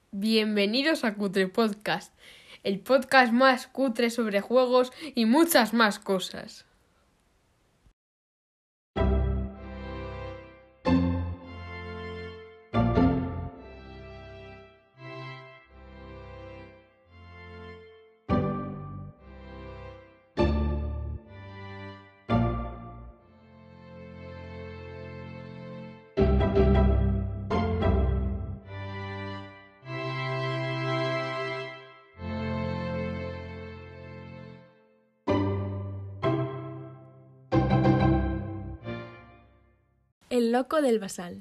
Bienvenidos a Cutre Podcast, el podcast más cutre sobre juegos y muchas más cosas. El loco del Basal.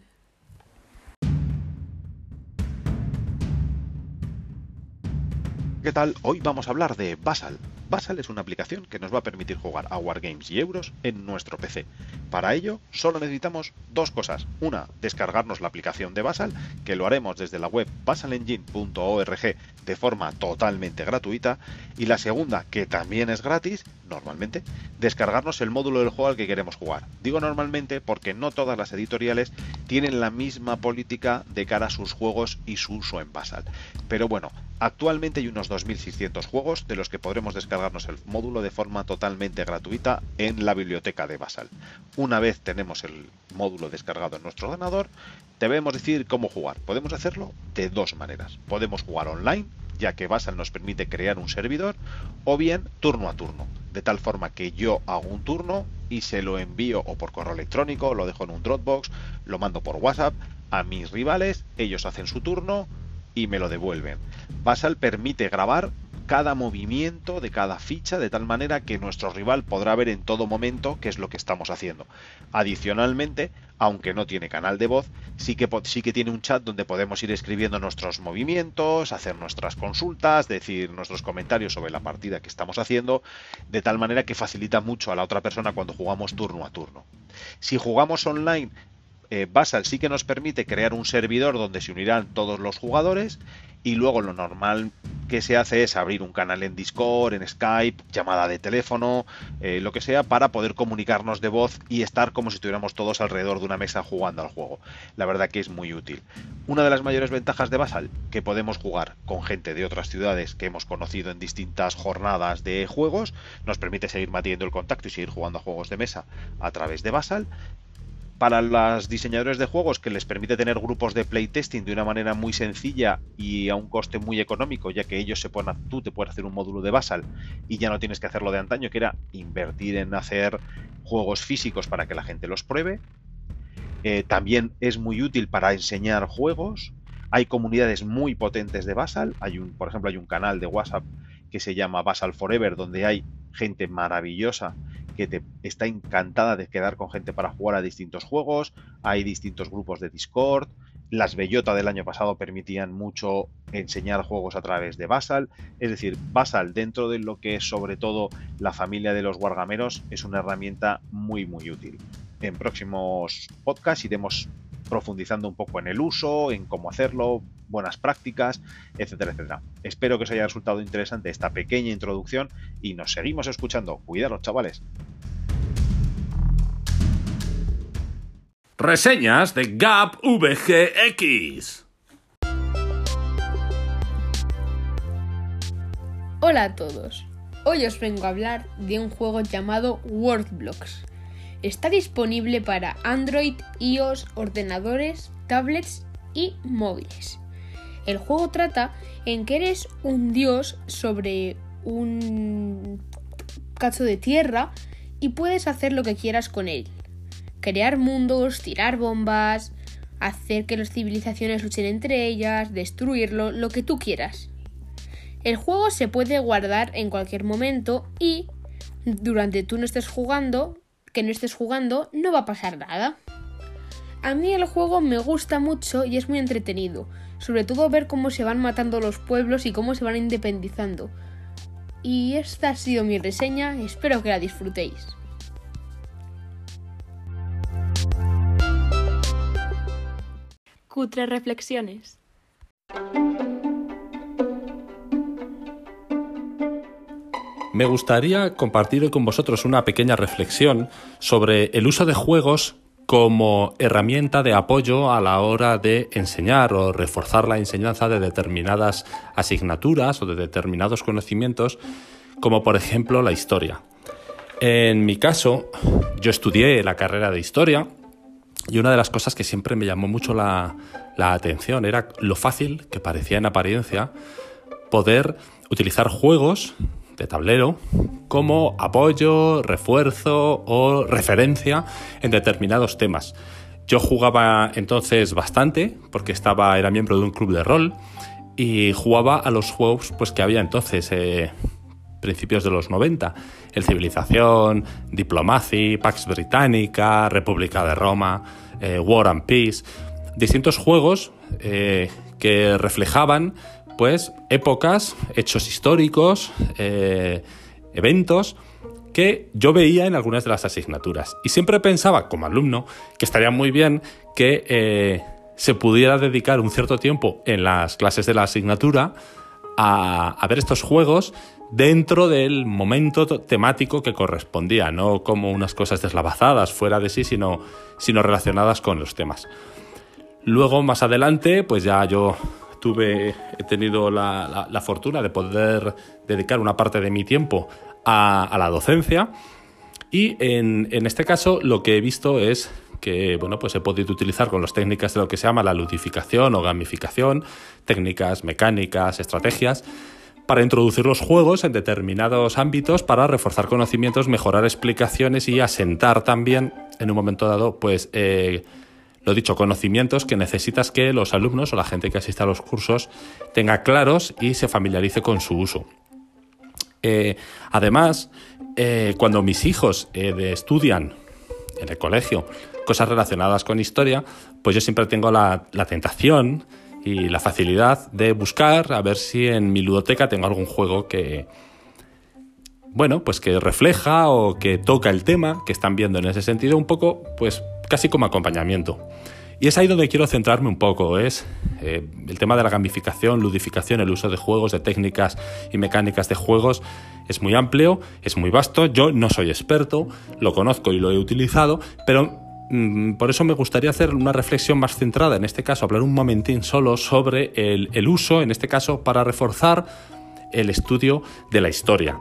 ¿Qué tal? Hoy vamos a hablar de Basal. Basal es una aplicación que nos va a permitir jugar a Wargames y Euros en nuestro PC. Para ello, solo necesitamos dos cosas. Una, descargarnos la aplicación de Basal, que lo haremos desde la web basalengine.org de forma totalmente gratuita. Y la segunda, que también es gratis, normalmente, descargarnos el módulo del juego al que queremos jugar. Digo normalmente porque no todas las editoriales tienen la misma política de cara a sus juegos y su uso en Basal. Pero bueno, actualmente hay unos 2.600 juegos de los que podremos descargarnos el módulo de forma totalmente gratuita en la biblioteca de Basal. Una vez tenemos el módulo descargado en nuestro ordenador, debemos decidir cómo jugar. Podemos hacerlo de dos maneras. Podemos jugar online, ya que Basal nos permite crear un servidor, o bien turno a turno, de tal forma que yo hago un turno y se lo envío o por correo electrónico, lo dejo en un Dropbox, lo mando por WhatsApp a mis rivales, ellos hacen su turno y me lo devuelven. Basal permite grabar cada movimiento de cada ficha de tal manera que nuestro rival podrá ver en todo momento qué es lo que estamos haciendo. Adicionalmente, aunque no tiene canal de voz, sí que tiene un chat donde podemos ir escribiendo nuestros movimientos, hacer nuestras consultas, decir nuestros comentarios sobre la partida que estamos haciendo, de tal manera que facilita mucho a la otra persona cuando jugamos turno a turno. Si jugamos online, Basal sí que nos permite crear un servidor donde se unirán todos los jugadores y luego lo normal que se hace es abrir un canal en Discord, en Skype, llamada de teléfono, lo que sea, para poder comunicarnos de voz y estar como si estuviéramos todos alrededor de una mesa jugando al juego. La verdad que es muy útil. Una de las mayores ventajas de Basal, que podemos jugar con gente de otras ciudades que hemos conocido en distintas jornadas de juegos, nos permite seguir manteniendo el contacto y seguir jugando a juegos de mesa a través de Basal. Para los diseñadores de juegos, que les permite tener grupos de playtesting de una manera muy sencilla y a un coste muy económico, ya que tú te puedes hacer un módulo de Basal y ya no tienes que hacerlo de antaño, que era invertir en hacer juegos físicos para que la gente los pruebe. También es muy útil para enseñar juegos. Hay comunidades muy potentes de Basal. Por ejemplo, hay un canal de WhatsApp que se llama Basal Forever, donde hay gente maravillosa que está encantada de quedar con gente para jugar a distintos juegos. Hay distintos grupos de Discord. Las Bellota del año pasado permitían mucho enseñar juegos a través de Basal. Es decir, Basal, dentro de lo que es sobre todo la familia de los wargameros, es una herramienta muy muy útil. En próximos podcasts iremos profundizando un poco en el uso, en cómo hacerlo, buenas prácticas, etcétera, etcétera. Espero que os haya resultado interesante esta pequeña introducción y nos seguimos escuchando. Cuidaros, chavales. Reseñas de GAP VGX. Hola a todos. Hoy os vengo a hablar de un juego llamado Worldblocks. Está disponible para Android, iOS, ordenadores, tablets y móviles. El juego trata en que eres un dios sobre un cacho de tierra y puedes hacer lo que quieras con él. Crear mundos, tirar bombas, hacer que las civilizaciones luchen entre ellas, destruirlo, lo que tú quieras. El juego se puede guardar en cualquier momento y durante que no estés jugando, no va a pasar nada. A mí el juego me gusta mucho y es muy entretenido, sobre todo ver cómo se van matando los pueblos y cómo se van independizando. Y esta ha sido mi reseña, espero que la disfrutéis. Cutre reflexiones. Me gustaría compartir con vosotros una pequeña reflexión sobre el uso de juegos como herramienta de apoyo a la hora de enseñar o reforzar la enseñanza de determinadas asignaturas o de determinados conocimientos, como por ejemplo la historia. En mi caso, yo estudié la carrera de historia y una de las cosas que siempre me llamó mucho la atención era lo fácil que parecía en apariencia poder utilizar juegos de tablero como apoyo, refuerzo o referencia en determinados temas. Yo jugaba entonces bastante porque era miembro de un club de rol y jugaba a los juegos pues, que había entonces, principios de los 90. El Civilización, Diplomacy, Pax Britannica, República de Roma, War and Peace. Distintos juegos que reflejaban pues épocas, hechos históricos, eventos que yo veía en algunas de las asignaturas. Y siempre pensaba, como alumno, que estaría muy bien que se pudiera dedicar un cierto tiempo en las clases de la asignatura a ver estos juegos dentro del momento temático que correspondía, no como unas cosas deslavazadas fuera de sí, sino relacionadas con los temas. Luego, más adelante, pues ya he tenido la fortuna de poder dedicar una parte de mi tiempo a la docencia y en este caso lo que he visto es que bueno, pues he podido utilizar con las técnicas de lo que se llama la ludificación o gamificación, técnicas mecánicas, estrategias, para introducir los juegos en determinados ámbitos para reforzar conocimientos, mejorar explicaciones y asentar también en un momento dado pues lo dicho, conocimientos que necesitas que los alumnos o la gente que asiste a los cursos tenga claros y se familiarice con su uso. Además, cuando mis hijos estudian en el colegio cosas relacionadas con historia, pues yo siempre tengo la tentación y la facilidad de buscar a ver si en mi ludoteca tengo algún juego que refleja o que toca el tema que están viendo en ese sentido, un poco, pues casi como acompañamiento. Y es ahí donde quiero centrarme un poco, es el tema de la gamificación, ludificación, el uso de juegos, de técnicas y mecánicas de juegos. Es muy amplio, es muy vasto, yo no soy experto, lo conozco y lo he utilizado, pero por eso me gustaría hacer una reflexión más centrada, en este caso hablar un momentín solo sobre el uso, en este caso para reforzar el estudio de la historia.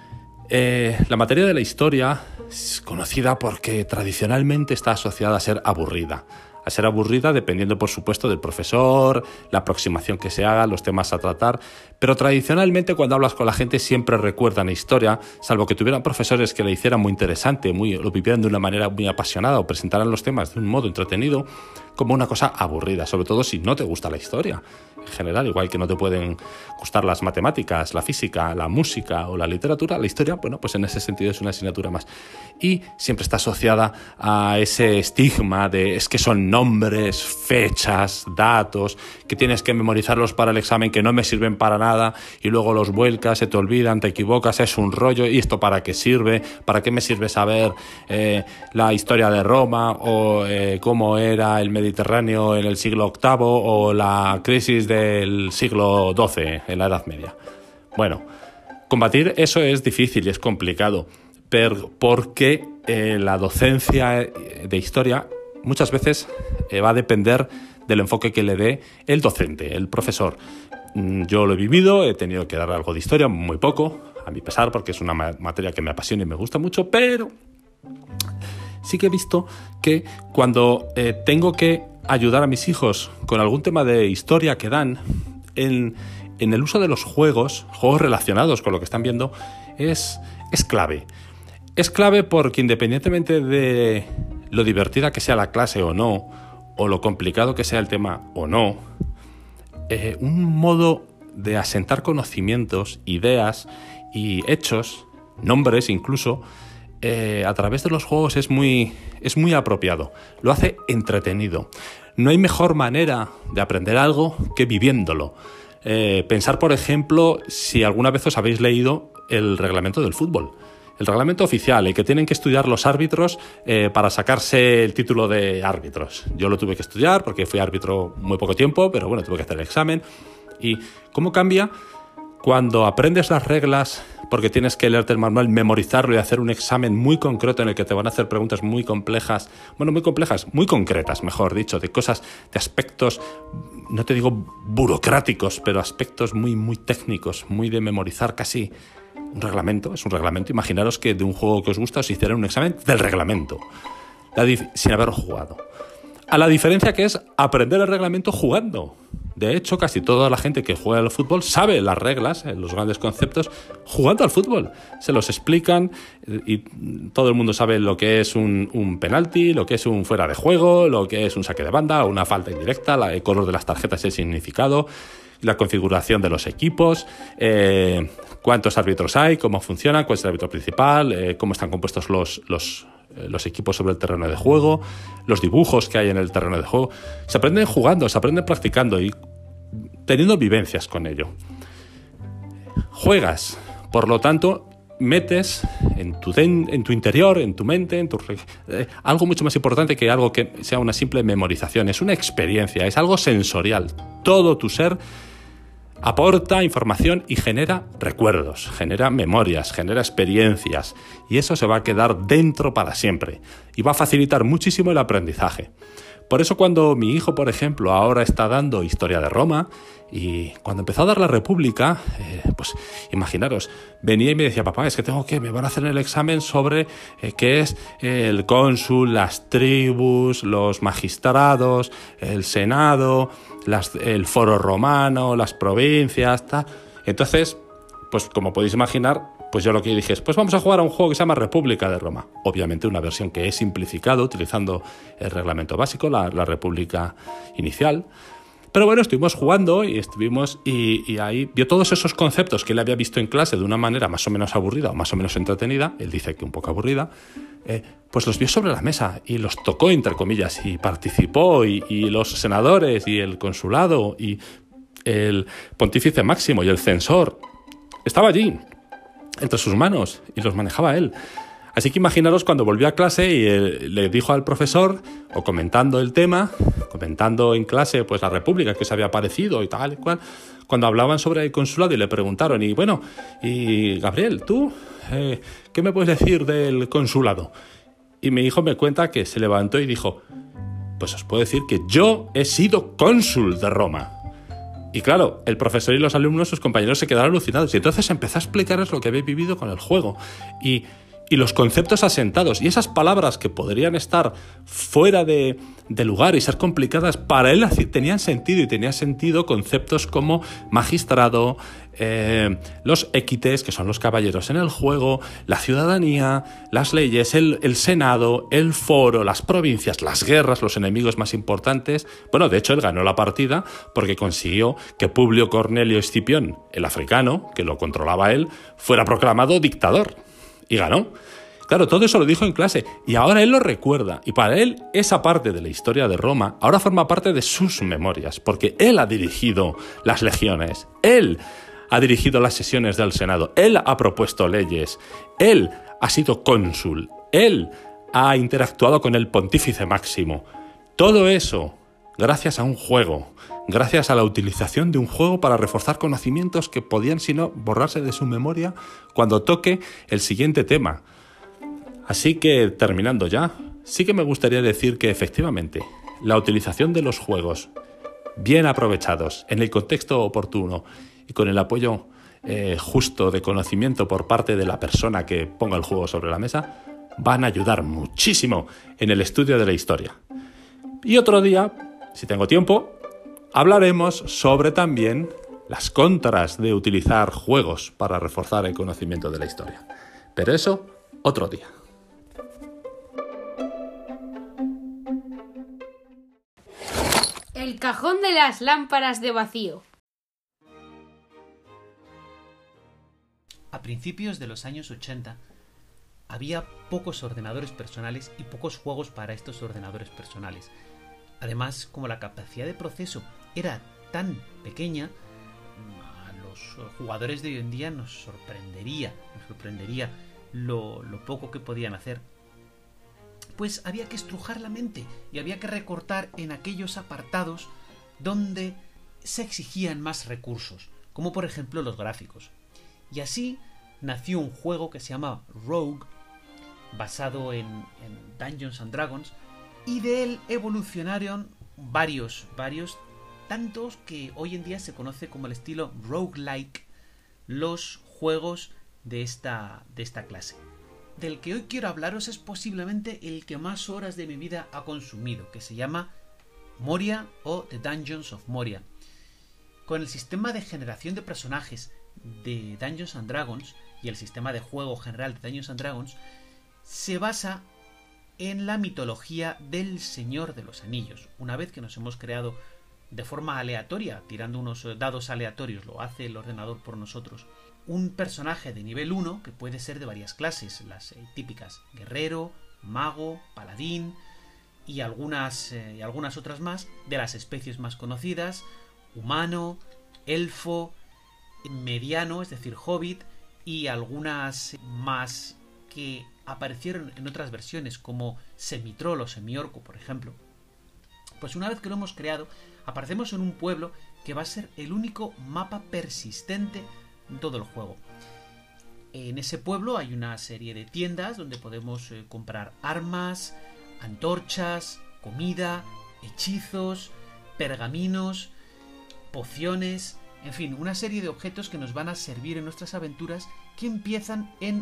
La materia de la historia es conocida porque tradicionalmente está asociada a ser aburrida. A ser aburrida dependiendo, por supuesto, del profesor, la aproximación que se haga, los temas a tratar. Pero tradicionalmente cuando hablas con la gente siempre recuerdan la historia, salvo que tuvieran profesores que la hicieran muy interesante, lo vivieran de una manera muy apasionada o presentaran los temas de un modo entretenido, como una cosa aburrida, sobre todo si no te gusta la historia. En general, igual que no te pueden gustar las matemáticas, la física, la música o la literatura, la historia, bueno, pues en ese sentido es una asignatura más. Y siempre está asociada a ese estigma de es que son nombres, fechas, datos, que tienes que memorizarlos para el examen, que no me sirven para nada, y luego los vuelcas, se te olvidan, te equivocas, es un rollo, ¿y esto para qué sirve? ¿Para qué me sirve saber la historia de Roma o cómo era el Mediterráneo en el siglo VIII o la crisis del siglo XII en la Edad Media? Bueno, combatir eso es difícil y es complicado, porque la docencia de historia muchas veces va a depender del enfoque que le dé el docente, el profesor. Yo lo he vivido, he tenido que dar algo de historia, muy poco, a mi pesar, porque es una materia que me apasiona y me gusta mucho, pero sí que he visto que cuando tengo que ayudar a mis hijos con algún tema de historia que dan, en el uso de los juegos relacionados con lo que están viendo, es clave. Es clave porque independientemente de lo divertida que sea la clase o no, o lo complicado que sea el tema o no, un modo de asentar conocimientos, ideas y hechos, nombres incluso, a través de los juegos es muy apropiado. Lo hace entretenido. No hay mejor manera de aprender algo que viviéndolo. Pensar, por ejemplo, si alguna vez os habéis leído el reglamento del fútbol. El reglamento oficial, el que tienen que estudiar los árbitros para sacarse el título de árbitros. Yo lo tuve que estudiar porque fui árbitro muy poco tiempo, pero bueno, tuve que hacer el examen. ¿Y cómo cambia cuando aprendes las reglas porque tienes que leerte el manual, memorizarlo y hacer un examen muy concreto en el que te van a hacer preguntas muy complejas, muy concretas, mejor dicho, de cosas, de aspectos, no te digo burocráticos, pero aspectos muy, muy técnicos, muy de memorizar casi. Un reglamento, es un reglamento. Imaginaros que de un juego que os gusta os hicieran un examen del reglamento, sin haberlo jugado. A la diferencia que es aprender el reglamento jugando. De hecho, casi toda la gente que juega al fútbol sabe las reglas, los grandes conceptos, jugando al fútbol. Se los explican y todo el mundo sabe lo que es un penalti, lo que es un fuera de juego, lo que es un saque de banda, una falta indirecta, el color de las tarjetas, el significado, la configuración de los equipos, cuántos árbitros hay, cómo funcionan, cuál es el árbitro principal, cómo están compuestos los equipos sobre el terreno de juego, los dibujos que hay en el terreno de juego. Se aprenden jugando, se aprenden practicando y teniendo vivencias con ello. Juegas, por lo tanto, metes en tu interior, en tu mente, algo mucho más importante que algo que sea una simple memorización. Es una experiencia, es algo sensorial. Todo tu ser aporta información y genera recuerdos, genera memorias, genera experiencias, y eso se va a quedar dentro para siempre y va a facilitar muchísimo el aprendizaje. Por eso cuando mi hijo, por ejemplo, ahora está dando Historia de Roma, y cuando empezó a dar la República, pues imaginaros, venía y me decía: papá, es que me van a hacer el examen sobre qué es el cónsul, las tribus, los magistrados, el senado, el foro romano, las provincias, tal. Entonces, pues como podéis imaginar, pues yo lo que dije es: pues vamos a jugar a un juego que se llama República de Roma. Obviamente una versión que he simplificado utilizando el reglamento básico, la República inicial. Pero bueno, estuvimos jugando y ahí vio todos esos conceptos que él había visto en clase de una manera más o menos aburrida o más o menos entretenida, él dice que un poco aburrida, pues los vio sobre la mesa y los tocó, entre comillas, y participó, y los senadores y el consulado y el pontífice máximo y el censor estaba allí entre sus manos y los manejaba él. Así que imaginaros cuando volvió a clase y le dijo al profesor, o comentando el tema, comentando en clase pues la República, que se había parecido y tal y cual, cuando hablaban sobre el consulado y le preguntaron: y bueno, y Gabriel, ¿tú qué me puedes decir del consulado? Y mi hijo me cuenta que se levantó y dijo: pues os puedo decir que yo he sido cónsul de Roma. Y claro, el profesor y los alumnos, sus compañeros, se quedaron alucinados. Y entonces empezó a explicarles lo que había vivido con el juego. Y los conceptos asentados. Y esas palabras que podrían estar fuera de lugar y ser complicadas, para él tenían sentido. Y tenían sentido conceptos como magistrado, los equites, que son los caballeros en el juego, la ciudadanía, las leyes, el senado, el foro, las provincias, las guerras, los enemigos más importantes. Bueno, de hecho, él ganó la partida porque consiguió que Publio Cornelio Escipión, el africano, que lo controlaba él, fuera proclamado dictador. Y ganó. Claro, todo eso lo dijo en clase y ahora él lo recuerda. Y para él esa parte de la historia de Roma ahora forma parte de sus memorias, porque él ha dirigido las legiones, él ha dirigido las sesiones del Senado, él ha propuesto leyes, él ha sido cónsul, él ha interactuado con el pontífice máximo. Todo eso gracias a un juego, gracias a la utilización de un juego para reforzar conocimientos que podían, si no, borrarse de su memoria cuando toque el siguiente tema. Así que, terminando ya, sí que me gustaría decir que efectivamente la utilización de los juegos bien aprovechados en el contexto oportuno y con el apoyo justo de conocimiento por parte de la persona que ponga el juego sobre la mesa van a ayudar muchísimo en el estudio de la historia. Y otro día, si tengo tiempo, hablaremos sobre también las contras de utilizar juegos para reforzar el conocimiento de la historia. Pero eso, otro día. El cajón de las lámparas de vacío. A principios de los años 80 había pocos ordenadores personales y pocos juegos para estos ordenadores personales. Además, como la capacidad de proceso era tan pequeña, a los jugadores de hoy en día nos sorprendería lo poco que podían hacer. Pues había que estrujar la mente y había que recortar en aquellos apartados donde se exigían más recursos, como por ejemplo los gráficos. Y así nació un juego que se llama Rogue, basado en Dungeons and Dragons, y de él evolucionaron varios, tantos que hoy en día se conoce como el estilo roguelike, los juegos de esta clase. Del que hoy quiero hablaros es posiblemente el que más horas de mi vida ha consumido, que se llama Moria o The Dungeons of Moria. Con el sistema de generación de personajes de Dungeons and Dragons y el sistema de juego general de Dungeons and Dragons, se basa en la mitología del Señor de los Anillos. Una vez que nos hemos creado de forma aleatoria, tirando unos dados aleatorios, lo hace el ordenador por nosotros, un personaje de nivel 1 que puede ser de varias clases, las típicas guerrero, mago, paladín y algunas otras más, de las especies más conocidas, humano, elfo, mediano, es decir, hobbit, y algunas más que aparecieron en otras versiones como semitroll o semiorco, por ejemplo. Pues una vez que lo hemos creado, aparecemos en un pueblo que va a ser el único mapa persistente en todo el juego. En ese pueblo hay una serie de tiendas donde podemos comprar armas, antorchas, comida, hechizos, pergaminos, pociones, en fin, una serie de objetos que nos van a servir en nuestras aventuras, que empiezan en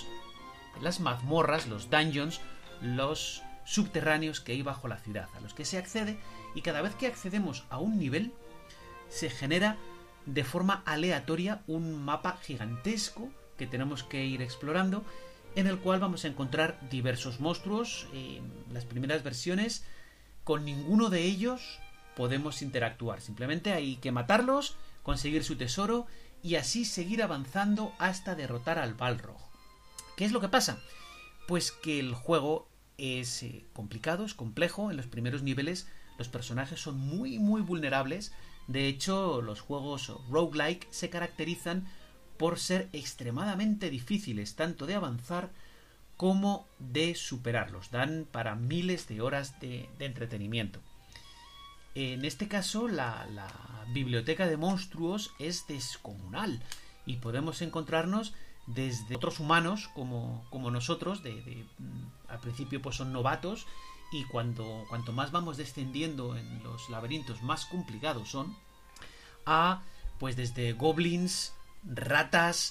las mazmorras, los dungeons, los subterráneos que hay bajo la ciudad, a los que se accede, y cada vez que accedemos a un nivel se genera de forma aleatoria un mapa gigantesco que tenemos que ir explorando, en el cual vamos a encontrar diversos monstruos. En las primeras versiones con ninguno de ellos podemos interactuar, simplemente hay que matarlos, conseguir su tesoro y así seguir avanzando hasta derrotar al Balrog. ¿Qué es lo que pasa? Pues que el juego es complicado, es complejo. En los primeros niveles los personajes son muy vulnerables. De hecho, los juegos roguelike se caracterizan por ser extremadamente difíciles, tanto de avanzar como de superarlos. Dan para miles de horas de entretenimiento. En este caso, la biblioteca de monstruos es descomunal y podemos encontrarnos desde otros humanos como nosotros, al principio pues son novatos, y cuanto más vamos descendiendo en los laberintos más complicados son, pues desde goblins, ratas,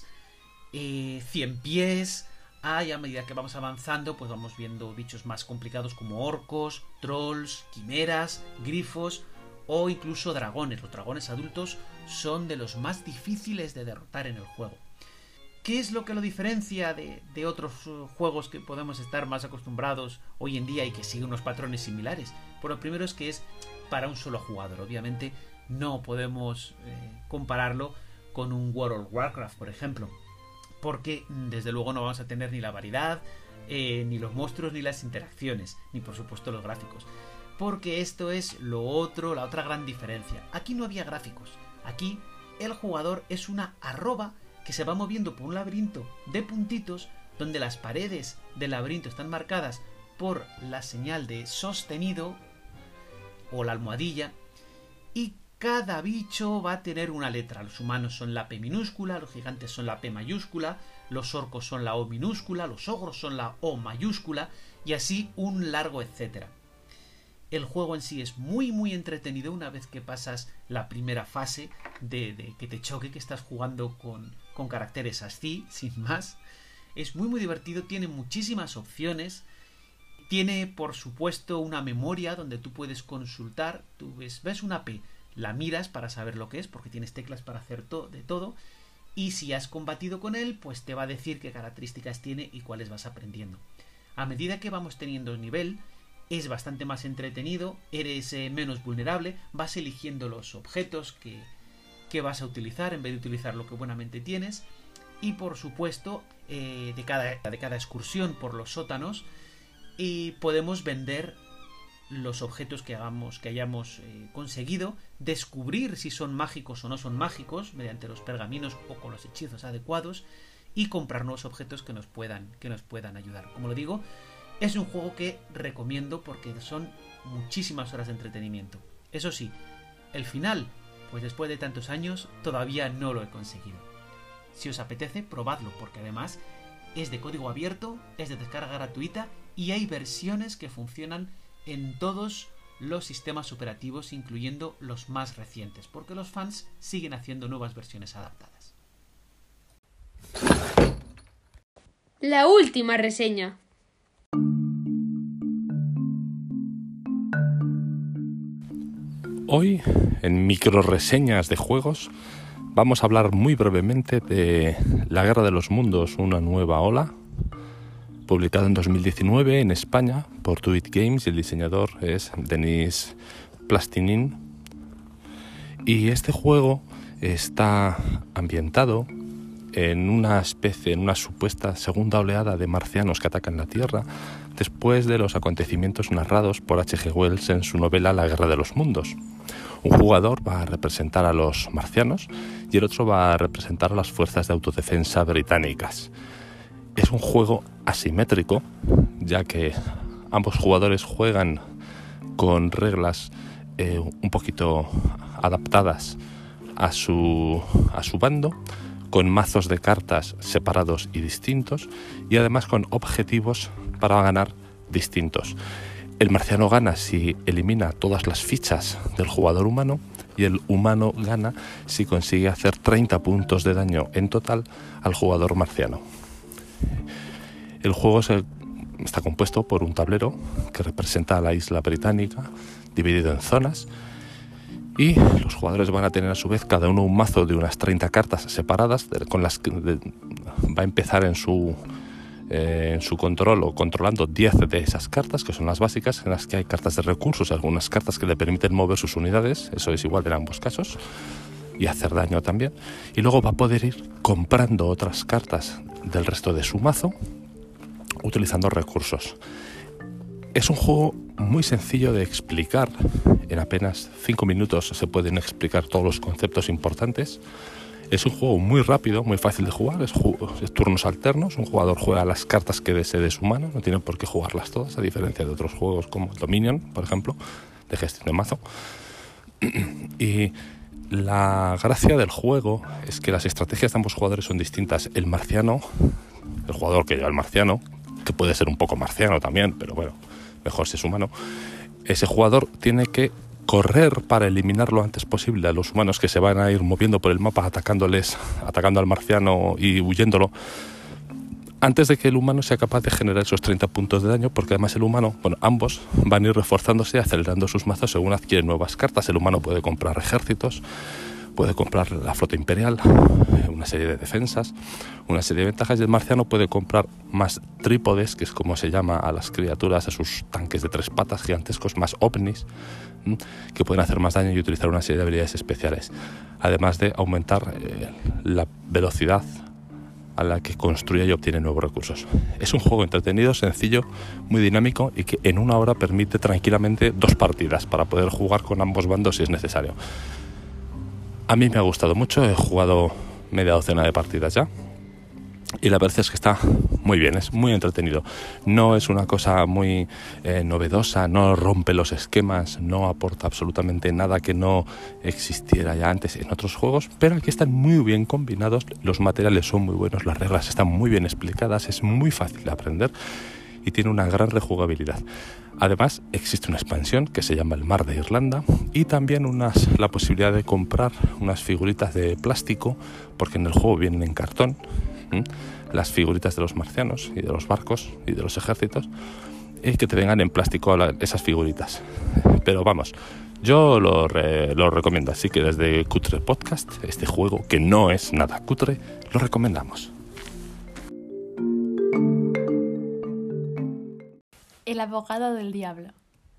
100 pies, y a medida que vamos avanzando pues vamos viendo bichos más complicados como orcos, trolls, quimeras, grifos o incluso dragones. Los dragones adultos son de los más difíciles de derrotar en el juego. ¿Qué es lo que lo diferencia de otros juegos que podemos estar más acostumbrados hoy en día y que siguen unos patrones similares? Pues lo primero es que es para un solo jugador. Obviamente no podemos compararlo con un World of Warcraft, por ejemplo, porque desde luego no vamos a tener ni la variedad, ni los monstruos, ni las interacciones, ni por supuesto los gráficos. Porque esto es la otra gran diferencia. Aquí no había gráficos. Aquí el jugador es una arroba que se va moviendo por un laberinto de puntitos, donde las paredes del laberinto están marcadas por la señal de sostenido o la almohadilla, y cada bicho va a tener una letra. Los humanos son la P minúscula, los gigantes son la P mayúscula, los orcos son la O minúscula, los ogros son la O mayúscula, y así un largo etcétera. El juego en sí es muy entretenido una vez que pasas la primera fase de que te choque que estás jugando con caracteres así, sin más. Es muy divertido, tiene muchísimas opciones. Tiene, por supuesto, una memoria donde tú puedes consultar. Tú ves una P, la miras para saber lo que es, porque tienes teclas para hacer de todo. Y si has combatido con él, pues te va a decir qué características tiene y cuáles vas aprendiendo. A medida que vamos teniendo nivel, es bastante más entretenido, eres menos vulnerable, vas eligiendo los objetos que vas a utilizar en vez de utilizar lo que buenamente tienes. Y por supuesto, de cada excursión por los sótanos, podemos vender los objetos que hayamos conseguido, descubrir si son mágicos o no son mágicos mediante los pergaminos o con los hechizos adecuados, y comprar nuevos objetos que nos puedan ayudar. Como lo digo, es un juego que recomiendo porque son muchísimas horas de entretenimiento. Eso sí, el final, pues después de tantos años, todavía no lo he conseguido. Si os apetece, probadlo, porque además es de código abierto, es de descarga gratuita y hay versiones que funcionan en todos los sistemas operativos, incluyendo los más recientes, porque los fans siguen haciendo nuevas versiones adaptadas. La última reseña. Hoy, en microreseñas de juegos, vamos a hablar muy brevemente de La Guerra de los Mundos, una nueva ola, publicado en 2019 en España por 2It Games, y el diseñador es Denis Plastinin. Y este juego está ambientado en una supuesta segunda oleada de marcianos que atacan la Tierra después de los acontecimientos narrados por H.G. Wells en su novela La Guerra de los Mundos. Un jugador va a representar a los marcianos y el otro va a representar a las fuerzas de autodefensa británicas. Es un juego asimétrico, ya que ambos jugadores juegan con reglas un poquito adaptadas a su bando, con mazos de cartas separados y distintos, y además con objetivos para ganar distintos. El marciano gana si elimina todas las fichas del jugador humano, y el humano gana si consigue hacer 30 puntos de daño en total al jugador marciano. El juego está compuesto por un tablero que representa a la isla británica, dividido en zonas, y los jugadores van a tener a su vez cada uno un mazo de unas 30 cartas separadas, con las que va a empezar en su control o controlando 10 de esas cartas, que son las básicas, en las que hay cartas de recursos, algunas cartas que le permiten mover sus unidades, eso es igual en ambos casos, y hacer daño también. Y luego va a poder ir comprando otras cartas del resto de su mazo utilizando recursos. Es un juego muy sencillo de explicar. En apenas 5 minutos se pueden explicar todos los conceptos importantes. Es un juego muy rápido, muy fácil de jugar. Es turnos alternos. Un jugador juega las cartas que desee de su mano. No tiene por qué jugarlas todas, a diferencia de otros juegos como Dominion, por ejemplo, de gestión de mazo. Y la gracia del juego es que las estrategias de ambos jugadores son distintas. El marciano, el jugador que lleva el marciano, que puede ser un poco marciano también, pero bueno, mejor si es humano, ese jugador tiene que correr para eliminar lo antes posible a los humanos que se van a ir moviendo por el mapa atacando al marciano y huyéndolo, antes de que el humano sea capaz de generar esos 30 puntos de daño, porque además ambos van a ir reforzándose, acelerando sus mazos según adquieren nuevas cartas. El humano puede comprar ejércitos, puede comprar la flota imperial, una serie de defensas, una serie de ventajas, y el marciano puede comprar más trípodes, que es como se llama a las criaturas, a sus tanques de 3 patas gigantescos, más ovnis, que pueden hacer más daño y utilizar una serie de habilidades especiales, además de aumentar la velocidad a la que construye y obtiene nuevos recursos. Es un juego entretenido, sencillo, muy dinámico, y que en 1 hora permite tranquilamente 2 partidas para poder jugar con ambos bandos si es necesario. A mí me ha gustado mucho, he jugado media docena de partidas ya, y la verdad es que está muy bien, es muy entretenido. No es una cosa muy novedosa, no rompe los esquemas, no aporta absolutamente nada que no existiera ya antes en otros juegos, pero aquí están muy bien combinados, los materiales son muy buenos, las reglas están muy bien explicadas, es muy fácil de aprender y tiene una gran rejugabilidad. Además, existe una expansión que se llama El Mar de Irlanda, y también la posibilidad de comprar unas figuritas de plástico, porque en el juego vienen en cartón, las figuritas de los marcianos y de los barcos y de los ejércitos, y que te vengan en plástico esas figuritas. Pero vamos, yo lo recomiendo, así que desde Cutre Podcast, este juego que no es nada cutre, lo recomendamos. El abogado del diablo.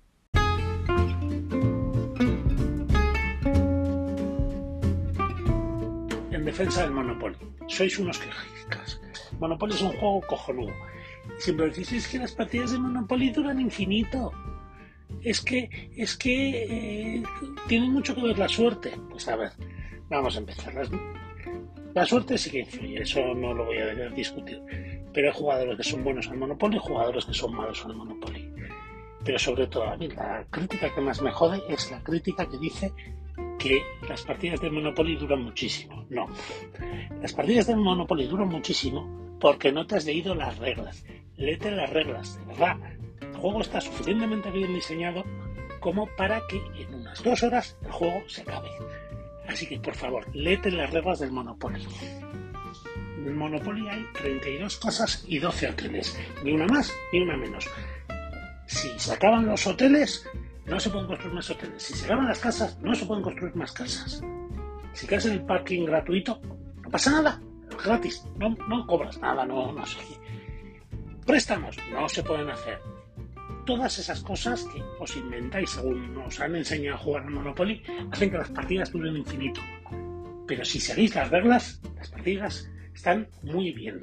En defensa del Monopoly. Sois unos quejicas. Monopoly es un juego cojonudo. Siempre decís, es que las partidas de Monopoly duran infinito. Es que tiene mucho que ver la suerte. Pues a ver, vamos a empezar. La suerte sí que influye, eso no lo voy a discutir. Pero hay jugadores que son buenos al Monopoly y jugadores que son malos al Monopoly. Pero sobre todo, a mí la crítica que más me jode es la crítica que dice que las partidas de Monopoly duran muchísimo. No. Las partidas de Monopoly duran muchísimo porque no te has leído las reglas. Léete las reglas, de verdad. El juego está suficientemente bien diseñado como para que en unas 2 horas el juego se acabe. Así que, por favor, léete las reglas del Monopoly. En el Monopoly hay 32 casas y 12 hoteles. Ni una más, ni una menos. Si se acaban los hoteles, no se pueden construir más hoteles. Si se acaban las casas, no se pueden construir más casas. Si quedas en el parking gratuito, no pasa nada. Es gratis. No cobras nada, no sé. Préstamos, no se pueden hacer. Todas esas cosas que os inventáis según os han enseñado a jugar al Monopoly hacen que las partidas duren infinito. Pero si seguís las reglas, las partidas están muy bien.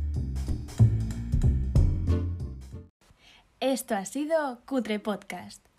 Esto ha sido Cutre Podcast.